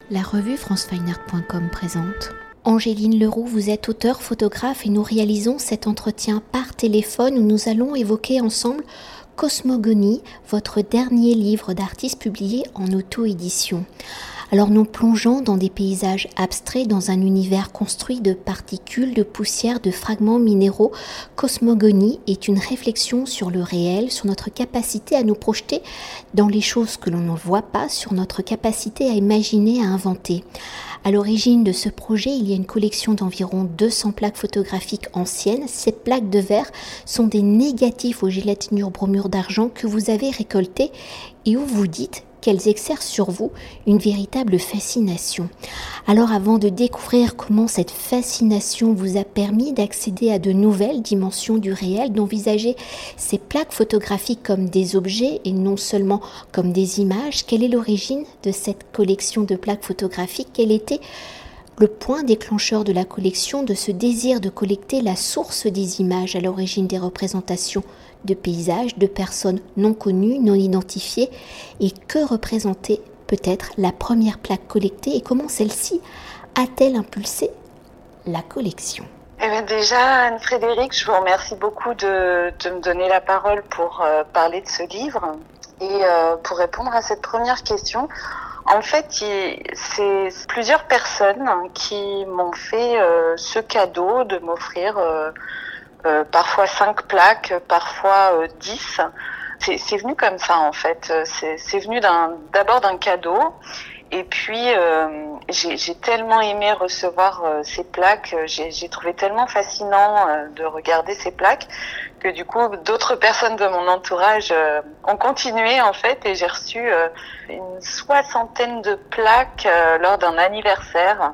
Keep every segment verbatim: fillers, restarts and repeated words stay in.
La revue france fine art point com présente. Angéline Leroux, vous êtes auteure, photographe et nous réalisons cet entretien par téléphone où nous allons évoquer ensemble Cosmogonie, votre dernier livre d'artiste publié en auto-édition. Alors nous plongeons dans des paysages abstraits, dans un univers construit de particules, de poussière, de fragments minéraux. Cosmogonie est une réflexion sur le réel, sur notre capacité à nous projeter dans les choses que l'on ne voit pas, sur notre capacité à imaginer, à inventer. À l'origine de ce projet, il y a une collection d'environ deux cents plaques photographiques anciennes. Ces plaques de verre sont des négatifs aux gélatinures bromure d'argent que vous avez récoltés et où vous dites qu'elles exercent sur vous une véritable fascination. Alors avant de découvrir comment cette fascination vous a permis d'accéder à de nouvelles dimensions du réel, d'envisager ces plaques photographiques comme des objets et non seulement comme des images, quelle est l'origine de cette collection de plaques photographiques? Quel était le point déclencheur de la collection, de ce désir de collecter la source des images à l'origine des représentations de paysages, de personnes non connues, non identifiées, et que représentait peut-être la première plaque collectée et comment celle-ci a-t-elle impulsé la collection? Eh bien déjà, Anne-Frédérique, je vous remercie beaucoup de, de me donner la parole pour euh, parler de ce livre et euh, pour répondre à cette première question. En fait, il, c'est plusieurs personnes qui m'ont fait euh, ce cadeau de m'offrir euh, euh, parfois cinq plaques, parfois euh, dix. C'est, c'est venu comme ça en fait. C'est, c'est venu d'un, d'abord d'un cadeau. Et puis, euh, j'ai, j'ai tellement aimé recevoir euh, ces plaques, j'ai, j'ai trouvé tellement fascinant euh, de regarder ces plaques que du coup, d'autres personnes de mon entourage euh, ont continué en fait et j'ai reçu euh, une soixantaine de plaques euh, lors d'un anniversaire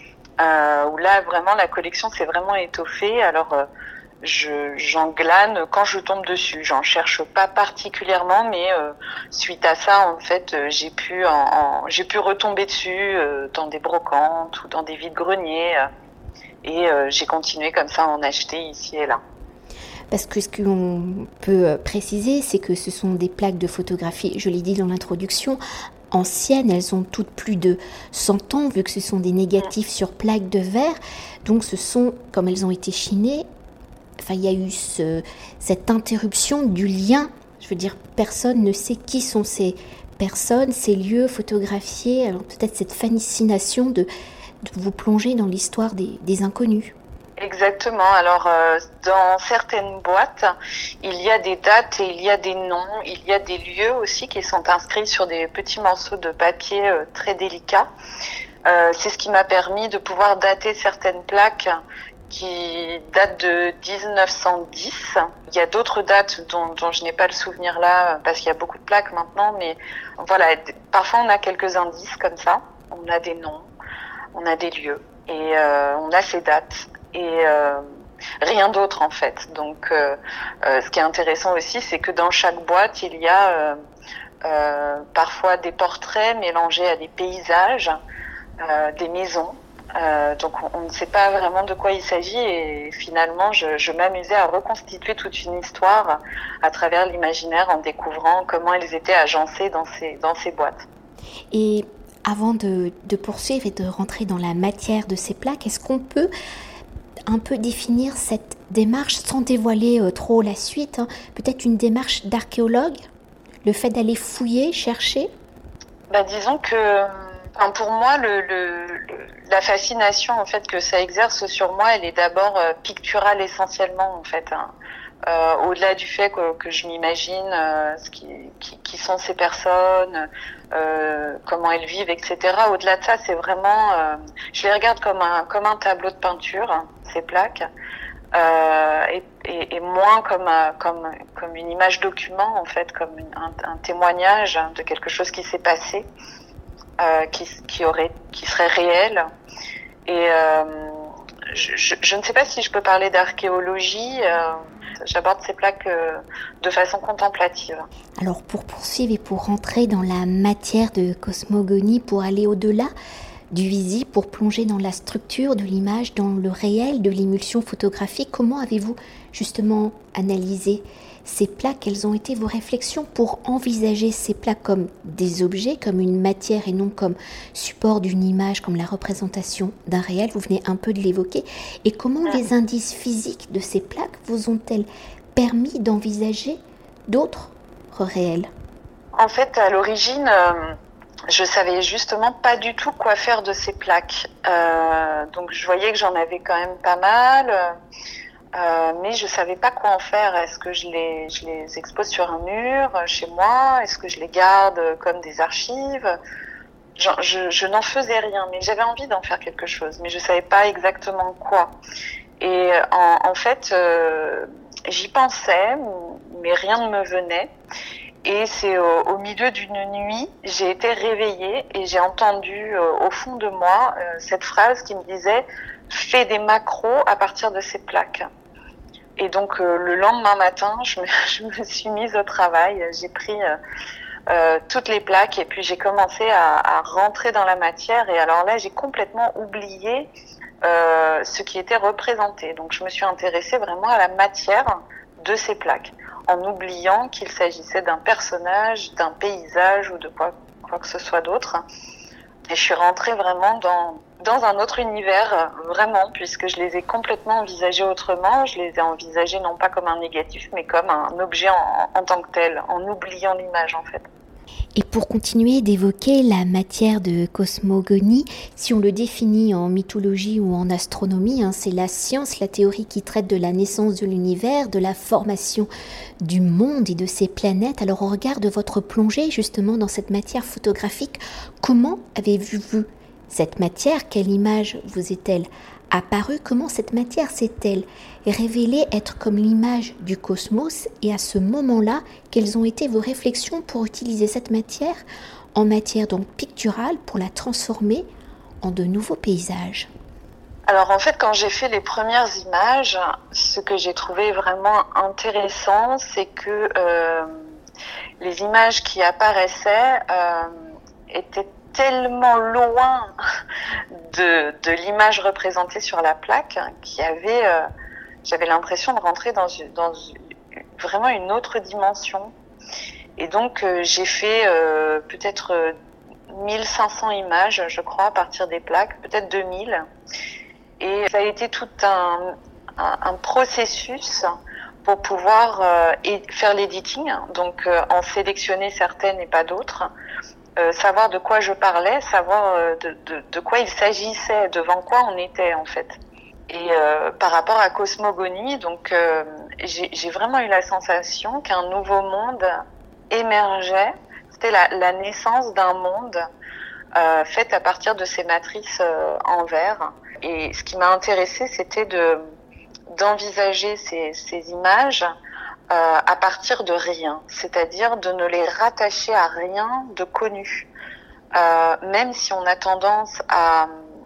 euh, où là, vraiment, la collection s'est vraiment étoffée. Alors, euh, Je, j'en glane quand je tombe dessus. J'en cherche pas particulièrement, mais euh, suite à ça, en fait, euh, j'ai pu, en, en, j'ai pu retomber dessus euh, dans des brocantes ou dans des vides-greniers, euh, et euh, j'ai continué comme ça à en acheter ici et là. Parce que ce que l'on peut préciser, c'est que ce sont des plaques de photographie, je l'ai dit dans l'introduction, anciennes, elles ont toutes plus de cent ans, vu que ce sont des négatifs mmh. sur plaques de verre. Donc ce sont, comme elles ont été chinées, enfin, il y a eu ce, cette interruption du lien. Je veux dire, personne ne sait qui sont ces personnes, ces lieux photographiés. Alors peut-être cette fascination de, de vous plonger dans l'histoire des, des inconnus. Exactement. Alors, euh, dans certaines boîtes, il y a des dates et il y a des noms. Il y a des lieux aussi qui sont inscrits sur des petits morceaux de papier euh, très délicats. Euh, c'est ce qui m'a permis de pouvoir dater certaines plaques qui date de dix-neuf cent dix. Il y a d'autres dates dont, dont je n'ai pas le souvenir là, parce qu'il y a beaucoup de plaques maintenant, mais voilà, parfois on a quelques indices comme ça, on a des noms, on a des lieux, et euh, on a ces dates, et euh, rien d'autre en fait. Donc euh, euh, ce qui est intéressant aussi, c'est que dans chaque boîte, il y a euh, euh, parfois des portraits mélangés à des paysages, euh, des maisons. Euh, donc on, on ne sait pas vraiment de quoi il s'agit et finalement je, je m'amusais à reconstituer toute une histoire à travers l'imaginaire en découvrant comment elles étaient agencées dans ces, dans ces boîtes. Et avant de, de poursuivre et de rentrer dans la matière de ces plaques, est-ce qu'on peut un peu définir cette démarche sans dévoiler euh, trop la suite, hein, peut-être une démarche d'archéologue, le fait d'aller fouiller, chercher? Bah, disons que Enfin, pour moi, le, le, le, la fascination en fait que ça exerce sur moi, elle est d'abord euh, picturale essentiellement en fait. Hein. Euh, au-delà du fait que, que je m'imagine euh, ce qui, qui, qui sont ces personnes, euh, comment elles vivent, et cetera. Au-delà de ça, c'est vraiment, euh, je les regarde comme un comme un tableau de peinture, hein, ces plaques, euh, et, et, et moins comme un, comme comme une image document en fait, comme une, un, un témoignage de quelque chose qui s'est passé. Euh, qui, qui aurait, qui serait réel. Et euh, je, je, je ne sais pas si je peux parler d'archéologie. Euh, j'aborde ces plaques euh, de façon contemplative. Alors pour poursuivre et pour rentrer dans la matière de Cosmogonie, pour aller au-delà du visible, pour plonger dans la structure de l'image, dans le réel de l'émulsion photographique, comment avez-vous justement analysé ces plats, quelles ont été vos réflexions pour envisager ces plats comme des objets, comme une matière et non comme support d'une image, comme la représentation d'un réel? Vous venez un peu de l'évoquer. Et comment les indices physiques de ces plats vous ont-elles permis d'envisager d'autres réels? En fait, à l'origine, euh, je savais justement pas du tout quoi faire de ces plaques. Euh, donc, je voyais que j'en avais quand même pas mal, euh, mais je savais pas quoi en faire. Est-ce que je les, je les expose sur un mur euh, chez moi? Est-ce que je les garde comme des archives? Je, je, je n'en faisais rien, mais j'avais envie d'en faire quelque chose, mais je savais pas exactement quoi. Et en, en fait, euh, j'y pensais, mais rien ne me venait. Et c'est au, au milieu d'une nuit, j'ai été réveillée et j'ai entendu euh, au fond de moi euh, cette phrase qui me disait « Fais des macros à partir de ces plaques ». Et donc euh, le lendemain matin, je me, je me suis mise au travail, j'ai pris euh, euh, toutes les plaques et puis j'ai commencé à, à rentrer dans la matière. Et alors là, j'ai complètement oublié euh, ce qui était représenté. Donc je me suis intéressée vraiment à la matière de ces plaques, en oubliant qu'il s'agissait d'un personnage, d'un paysage ou de quoi, quoi que ce soit d'autre. Et je suis rentrée vraiment dans, dans un autre univers, vraiment, puisque je les ai complètement envisagés autrement. Je les ai envisagés non pas comme un négatif, mais comme un objet en, en tant que tel, en oubliant l'image en fait. Et pour continuer d'évoquer la matière de cosmogonie, si on le définit en mythologie ou en astronomie, hein, c'est la science, la théorie qui traite de la naissance de l'univers, de la formation du monde et de ses planètes. Alors au regard de votre plongée justement dans cette matière photographique, comment avez-vous vu cette matière? Quelle image vous est-elle apparue? Comment cette matière s'est-elle révélée être comme l'image du cosmos? Et à ce moment-là, quelles ont été vos réflexions pour utiliser cette matière en matière donc picturale pour la transformer en de nouveaux paysages? Alors en fait, quand j'ai fait les premières images, ce que j'ai trouvé vraiment intéressant, c'est que euh, les images qui apparaissaient euh, étaient tellement loin de, de l'image représentée sur la plaque qu'il y avait, euh, j'avais l'impression de rentrer dans, une, dans une, vraiment une autre dimension. Et donc euh, j'ai fait euh, peut-être euh, mille cinq cents images, je crois, à partir des plaques, peut-être deux mille. Et ça a été tout un, un, un processus pour pouvoir euh, faire l'editing, donc euh, en sélectionner certaines et pas d'autres. Euh, savoir de quoi je parlais, savoir euh, de, de, de quoi il s'agissait, devant quoi on était en fait. Et euh, par rapport à Cosmogonie, donc euh, j'ai, j'ai vraiment eu la sensation qu'un nouveau monde émergeait. C'était la, la naissance d'un monde euh, fait à partir de ces matrices euh, en verre. Et ce qui m'a intéressée, c'était de d'envisager ces, ces images Euh, à partir de rien, c'est-à-dire de ne les rattacher à rien de connu, euh, même si on a tendance à,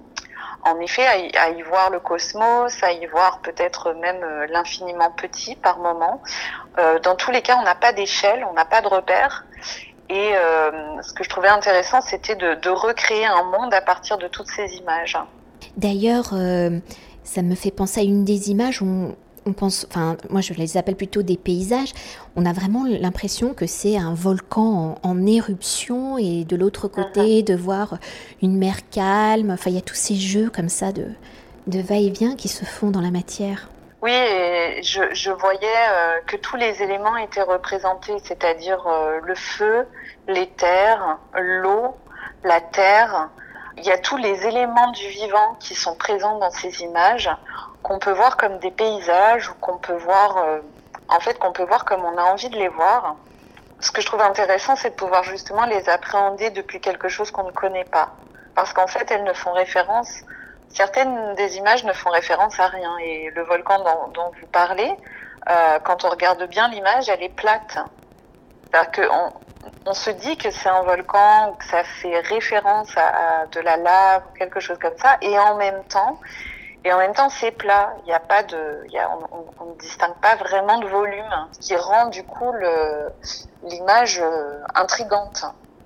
en effet, à y, à y voir le cosmos, à y voir peut-être même euh, l'infiniment petit par moment. Euh, dans tous les cas, on n'a pas d'échelle, on n'a pas de repère. Et euh, ce que je trouvais intéressant, c'était de, de recréer un monde à partir de toutes ces images. D'ailleurs, euh, ça me fait penser à une des images où on On pense, enfin, moi je les appelle plutôt des paysages. On a vraiment l'impression que c'est un volcan en, en éruption et de l'autre côté uh-huh. de voir une mer calme. Enfin, il y a tous ces jeux comme ça de, de va-et-vient qui se font dans la matière. Oui, et je, je voyais euh, que tous les éléments étaient représentés, c'est-à-dire euh, le feu, les terres, l'eau, la terre. Il y a tous les éléments du vivant qui sont présents dans ces images, qu'on peut voir comme des paysages ou qu'on peut voir, euh, en fait, qu'on peut voir comme on a envie de les voir. Ce que je trouve intéressant, c'est de pouvoir justement les appréhender depuis quelque chose qu'on ne connaît pas. Parce qu'en fait, elles ne font référence, certaines des images ne font référence à rien. Et le volcan dont, dont vous parlez, euh, quand on regarde bien l'image, elle est plate. C'est-à-dire qu'on on se dit que c'est un volcan, que ça fait référence à, à de la lave ou quelque chose comme ça, et en même temps, et en même temps c'est plat. Il y a pas de, il y a, on, on, on ne distingue pas vraiment de volume, ce qui rend du coup le, l'image euh, intrigante.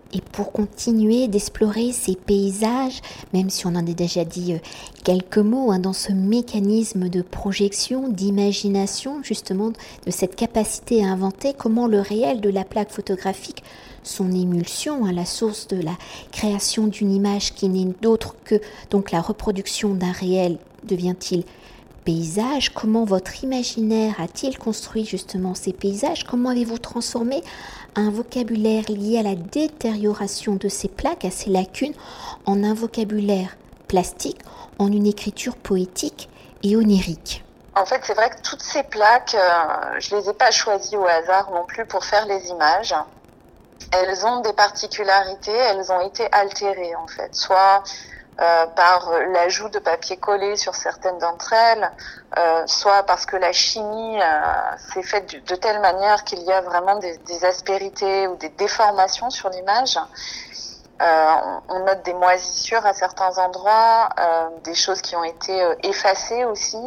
Et pour continuer d'explorer ces paysages, même si on en a déjà dit quelques mots, hein, dans ce mécanisme de projection, d'imagination, justement, de cette capacité à inventer, comment le réel de la plaque photographique, son émulsion, hein, la source de la création d'une image qui n'est d'autre que donc la reproduction d'un réel, devient-il paysage? Comment votre imaginaire a-t-il construit justement ces paysages? Comment avez-vous transformé un vocabulaire lié à la détérioration de ces plaques, à ces lacunes, en un vocabulaire plastique, en une écriture poétique et onirique? En fait, c'est vrai que toutes ces plaques, euh, je les ai pas choisies au hasard non plus pour faire les images. Elles ont des particularités, elles ont été altérées en fait, soit Euh, par l'ajout de papier collé sur certaines d'entre elles, euh, soit parce que la chimie euh, s'est faite de, de telle manière qu'il y a vraiment des, des aspérités ou des déformations sur l'image. Euh, on, on note des moisissures à certains endroits, euh, des choses qui ont été euh, effacées aussi.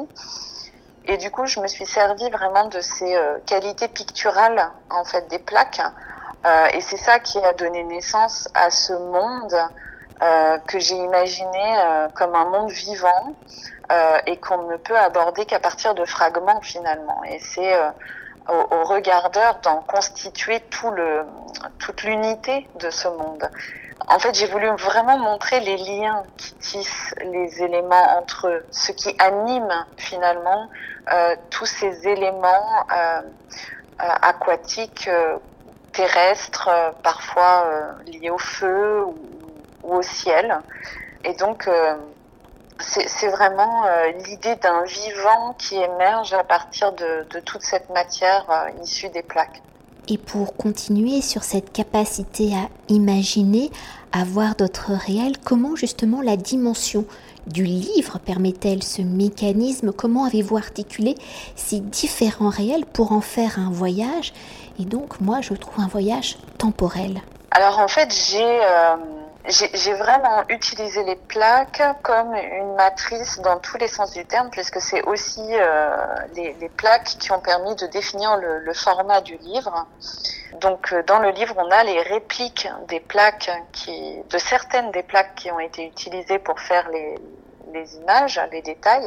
Et du coup, je me suis servie vraiment de ces euh, qualités picturales en fait des plaques. Euh, et c'est ça qui a donné naissance à ce monde Euh, que j'ai imaginé euh, comme un monde vivant euh, et qu'on ne peut aborder qu'à partir de fragments finalement. Et c'est euh, au, au regardeur d'en constituer tout le, toute l'unité de ce monde. En fait, j'ai voulu vraiment montrer les liens qui tissent les éléments entre eux, ce qui anime finalement euh, tous ces éléments euh, euh, aquatiques, euh, terrestres, euh, parfois euh, liés au feu ou ou au ciel. Et donc, euh, c'est, c'est vraiment euh, l'idée d'un vivant qui émerge à partir de, de toute cette matière euh, issue des plaques. Et pour continuer sur cette capacité à imaginer, à voir d'autres réels, comment justement la dimension du livre permet-elle ce mécanisme? Comment avez-vous articulé ces différents réels pour en faire un voyage? Et donc, moi, je trouve un voyage temporel. Alors, en fait, j'ai... Euh, J'ai, j'ai vraiment utilisé les plaques comme une matrice dans tous les sens du terme, puisque c'est aussi euh, les, les plaques qui ont permis de définir le, le format du livre. Donc, dans le livre, on a les répliques des plaques, qui, de certaines des plaques qui ont été utilisées pour faire les, les images, les détails.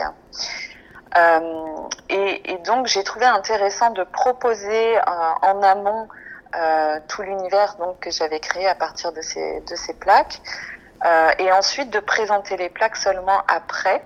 Euh, et, et donc, j'ai trouvé intéressant de proposer euh, en amont Euh, tout l'univers donc que j'avais créé à partir de ces de ces plaques euh, et ensuite de présenter les plaques seulement après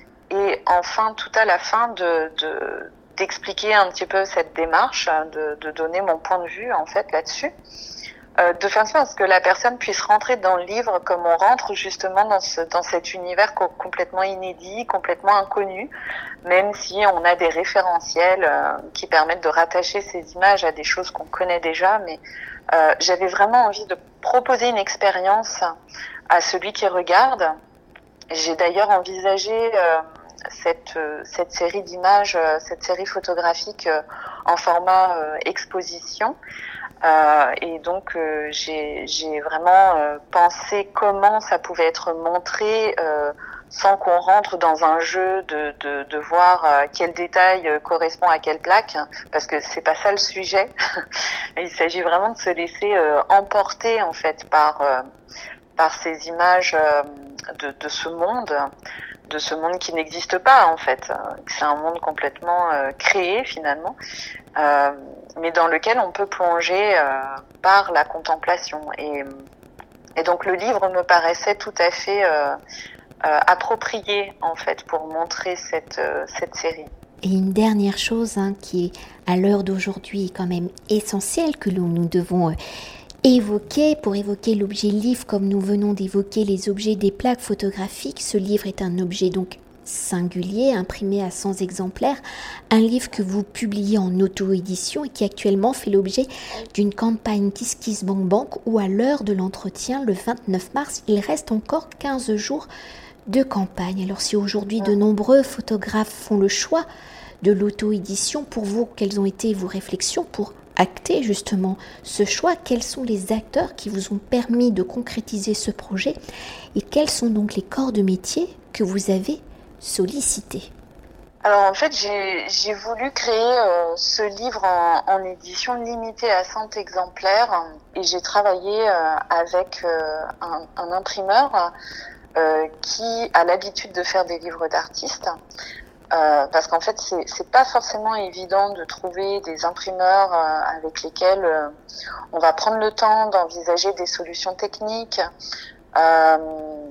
et enfin tout à la fin de de d'expliquer un petit peu cette démarche, de de donner mon point de vue en fait là-dessus, euh, de façon à ce que la personne puisse rentrer dans le livre comme on rentre justement dans ce dans cet univers co- complètement inédit, complètement inconnu, même si on a des référentiels euh, qui permettent de rattacher ces images à des choses qu'on connaît déjà, mais euh, j'avais vraiment envie de proposer une expérience à celui qui regarde. J'ai d'ailleurs envisagé euh, cette euh, cette série d'images, euh, cette série photographique euh, en format euh, exposition. Euh, et donc euh, j'ai j'ai vraiment euh, pensé comment ça pouvait être montré euh, sans qu'on rentre dans un jeu de de, de voir euh, quel détail euh, correspond à quelle plaque, parce que c'est pas ça le sujet. Il s'agit vraiment de se laisser euh, emporter en fait par euh, par ces images euh, de de ce monde, de ce monde qui n'existe pas en fait. C'est un monde complètement euh, créé finalement. Euh, mais dans lequel on peut plonger euh, par la contemplation. Et, et donc le livre me paraissait tout à fait euh, euh, approprié en fait pour montrer cette, euh, cette série. Et une dernière chose hein, qui est à l'heure d'aujourd'hui quand même essentielle que nous, nous devons euh, évoquer pour évoquer l'objet livre comme nous venons d'évoquer les objets des plaques photographiques. Ce livre est un objet donc singulier, imprimé à cent exemplaires, un livre que vous publiez en auto-édition et qui actuellement fait l'objet d'une campagne KissKissBankBank où à l'heure de l'entretien, le vingt-neuf mars, il reste encore quinze jours de campagne. Alors si aujourd'hui de nombreux photographes font le choix de l'auto-édition, pour vous, quelles ont été vos réflexions pour acter justement ce choix? Quels sont les acteurs qui vous ont permis de concrétiser ce projet et quels sont donc les corps de métier que vous avez sollicités? Alors en fait, j'ai, j'ai voulu créer euh, ce livre en, en édition limitée à cent exemplaires et j'ai travaillé euh, avec euh, un, un imprimeur euh, qui a l'habitude de faire des livres d'artistes. Euh, parce qu'en fait, c'est, c'est pas forcément évident de trouver des imprimeurs euh, avec lesquels euh, on va prendre le temps d'envisager des solutions techniques, euh,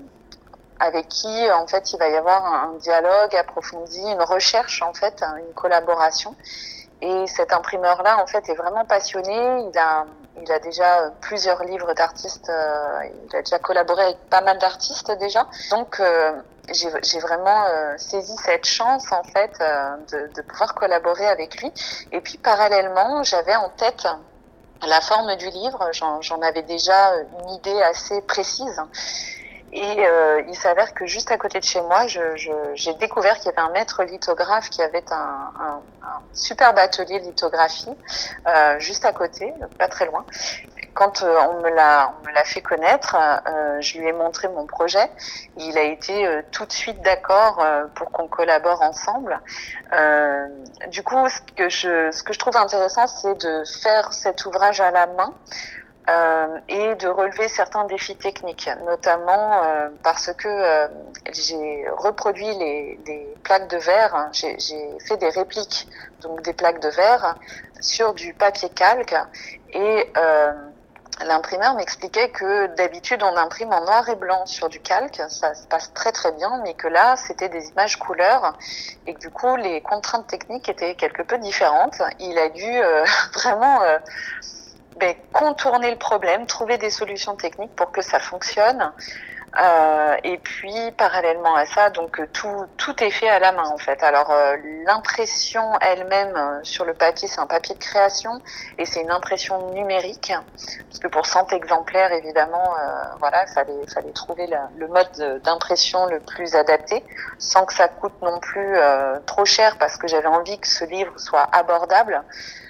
avec qui en fait il va y avoir un dialogue approfondi, une recherche en fait, une collaboration. Et cet imprimeur-là en fait est vraiment passionné. Il a, il a déjà plusieurs livres d'artistes. Euh, il a déjà collaboré avec pas mal d'artistes déjà. Donc euh, j'ai, j'ai vraiment euh, saisi cette chance en fait euh, de, de pouvoir collaborer avec lui. Et puis parallèlement, j'avais en tête la forme du livre. J'en, j'en avais déjà une idée assez précise. Et euh, il s'avère que juste à côté de chez moi, je, je, j'ai découvert qu'il y avait un maître lithographe qui avait un, un, un superbe atelier de lithographie euh, juste à côté, pas très loin. Quand euh, on me l'a, on me l'a fait connaître, euh, je lui ai montré mon projet. Il a été euh, tout de suite d'accord euh, pour qu'on collabore ensemble. Euh, du coup, ce que je, ce que je trouve intéressant, c'est de faire cet ouvrage à la main. Euh, et de relever certains défis techniques, notamment euh, parce que euh, j'ai reproduit les, les plaques de verre, hein, j'ai, j'ai fait des répliques, donc des plaques de verre, sur du papier calque, et euh, l'imprimeur m'expliquait que d'habitude on imprime en noir et blanc sur du calque, ça se passe très très bien, mais que là c'était des images couleurs, et que du coup les contraintes techniques étaient quelque peu différentes. Il a dû euh, vraiment... Euh, Ben, contourner le problème, trouver des solutions techniques pour que ça fonctionne. Euh, et puis parallèlement à ça, donc tout tout est fait à la main en fait. Alors euh, l'impression elle-même euh, sur le papier, c'est un papier de création et c'est une impression numérique parce que pour cent exemplaires évidemment, euh, voilà, fallait fallait trouver la, le mode d'impression le plus adapté, sans que ça coûte non plus euh, trop cher parce que j'avais envie que ce livre soit abordable.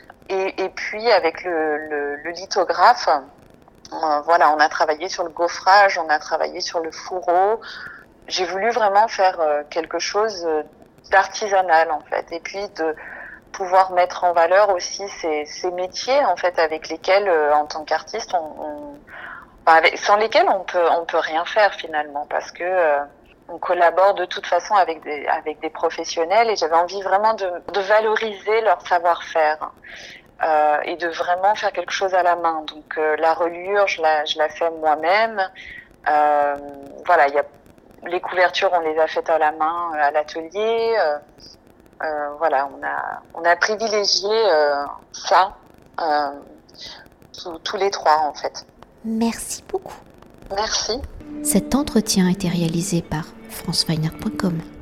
Et, et puis avec le, le, le lithographe, euh, voilà, on a travaillé sur le gaufrage, on a travaillé sur le fourreau. J'ai voulu vraiment faire euh, quelque chose d'artisanal en fait, et puis de pouvoir mettre en valeur aussi ces, ces métiers en fait avec lesquels, euh, en tant qu'artiste, on, on, enfin, avec, sans lesquels on peut on peut rien faire finalement, parce que euh, on collabore de toute façon avec des avec des professionnels, et j'avais envie vraiment de, de valoriser leur savoir-faire. Euh, et de vraiment faire quelque chose à la main. Donc euh, la reliure, je la, je la fais moi-même. Euh, voilà, il y a les couvertures, on les a faites à la main euh, à l'atelier. Euh, euh, voilà, on a on a privilégié euh, ça euh, tous, tous les trois en fait. Merci beaucoup. Merci. Cet entretien a été réalisé par franceweiner point com.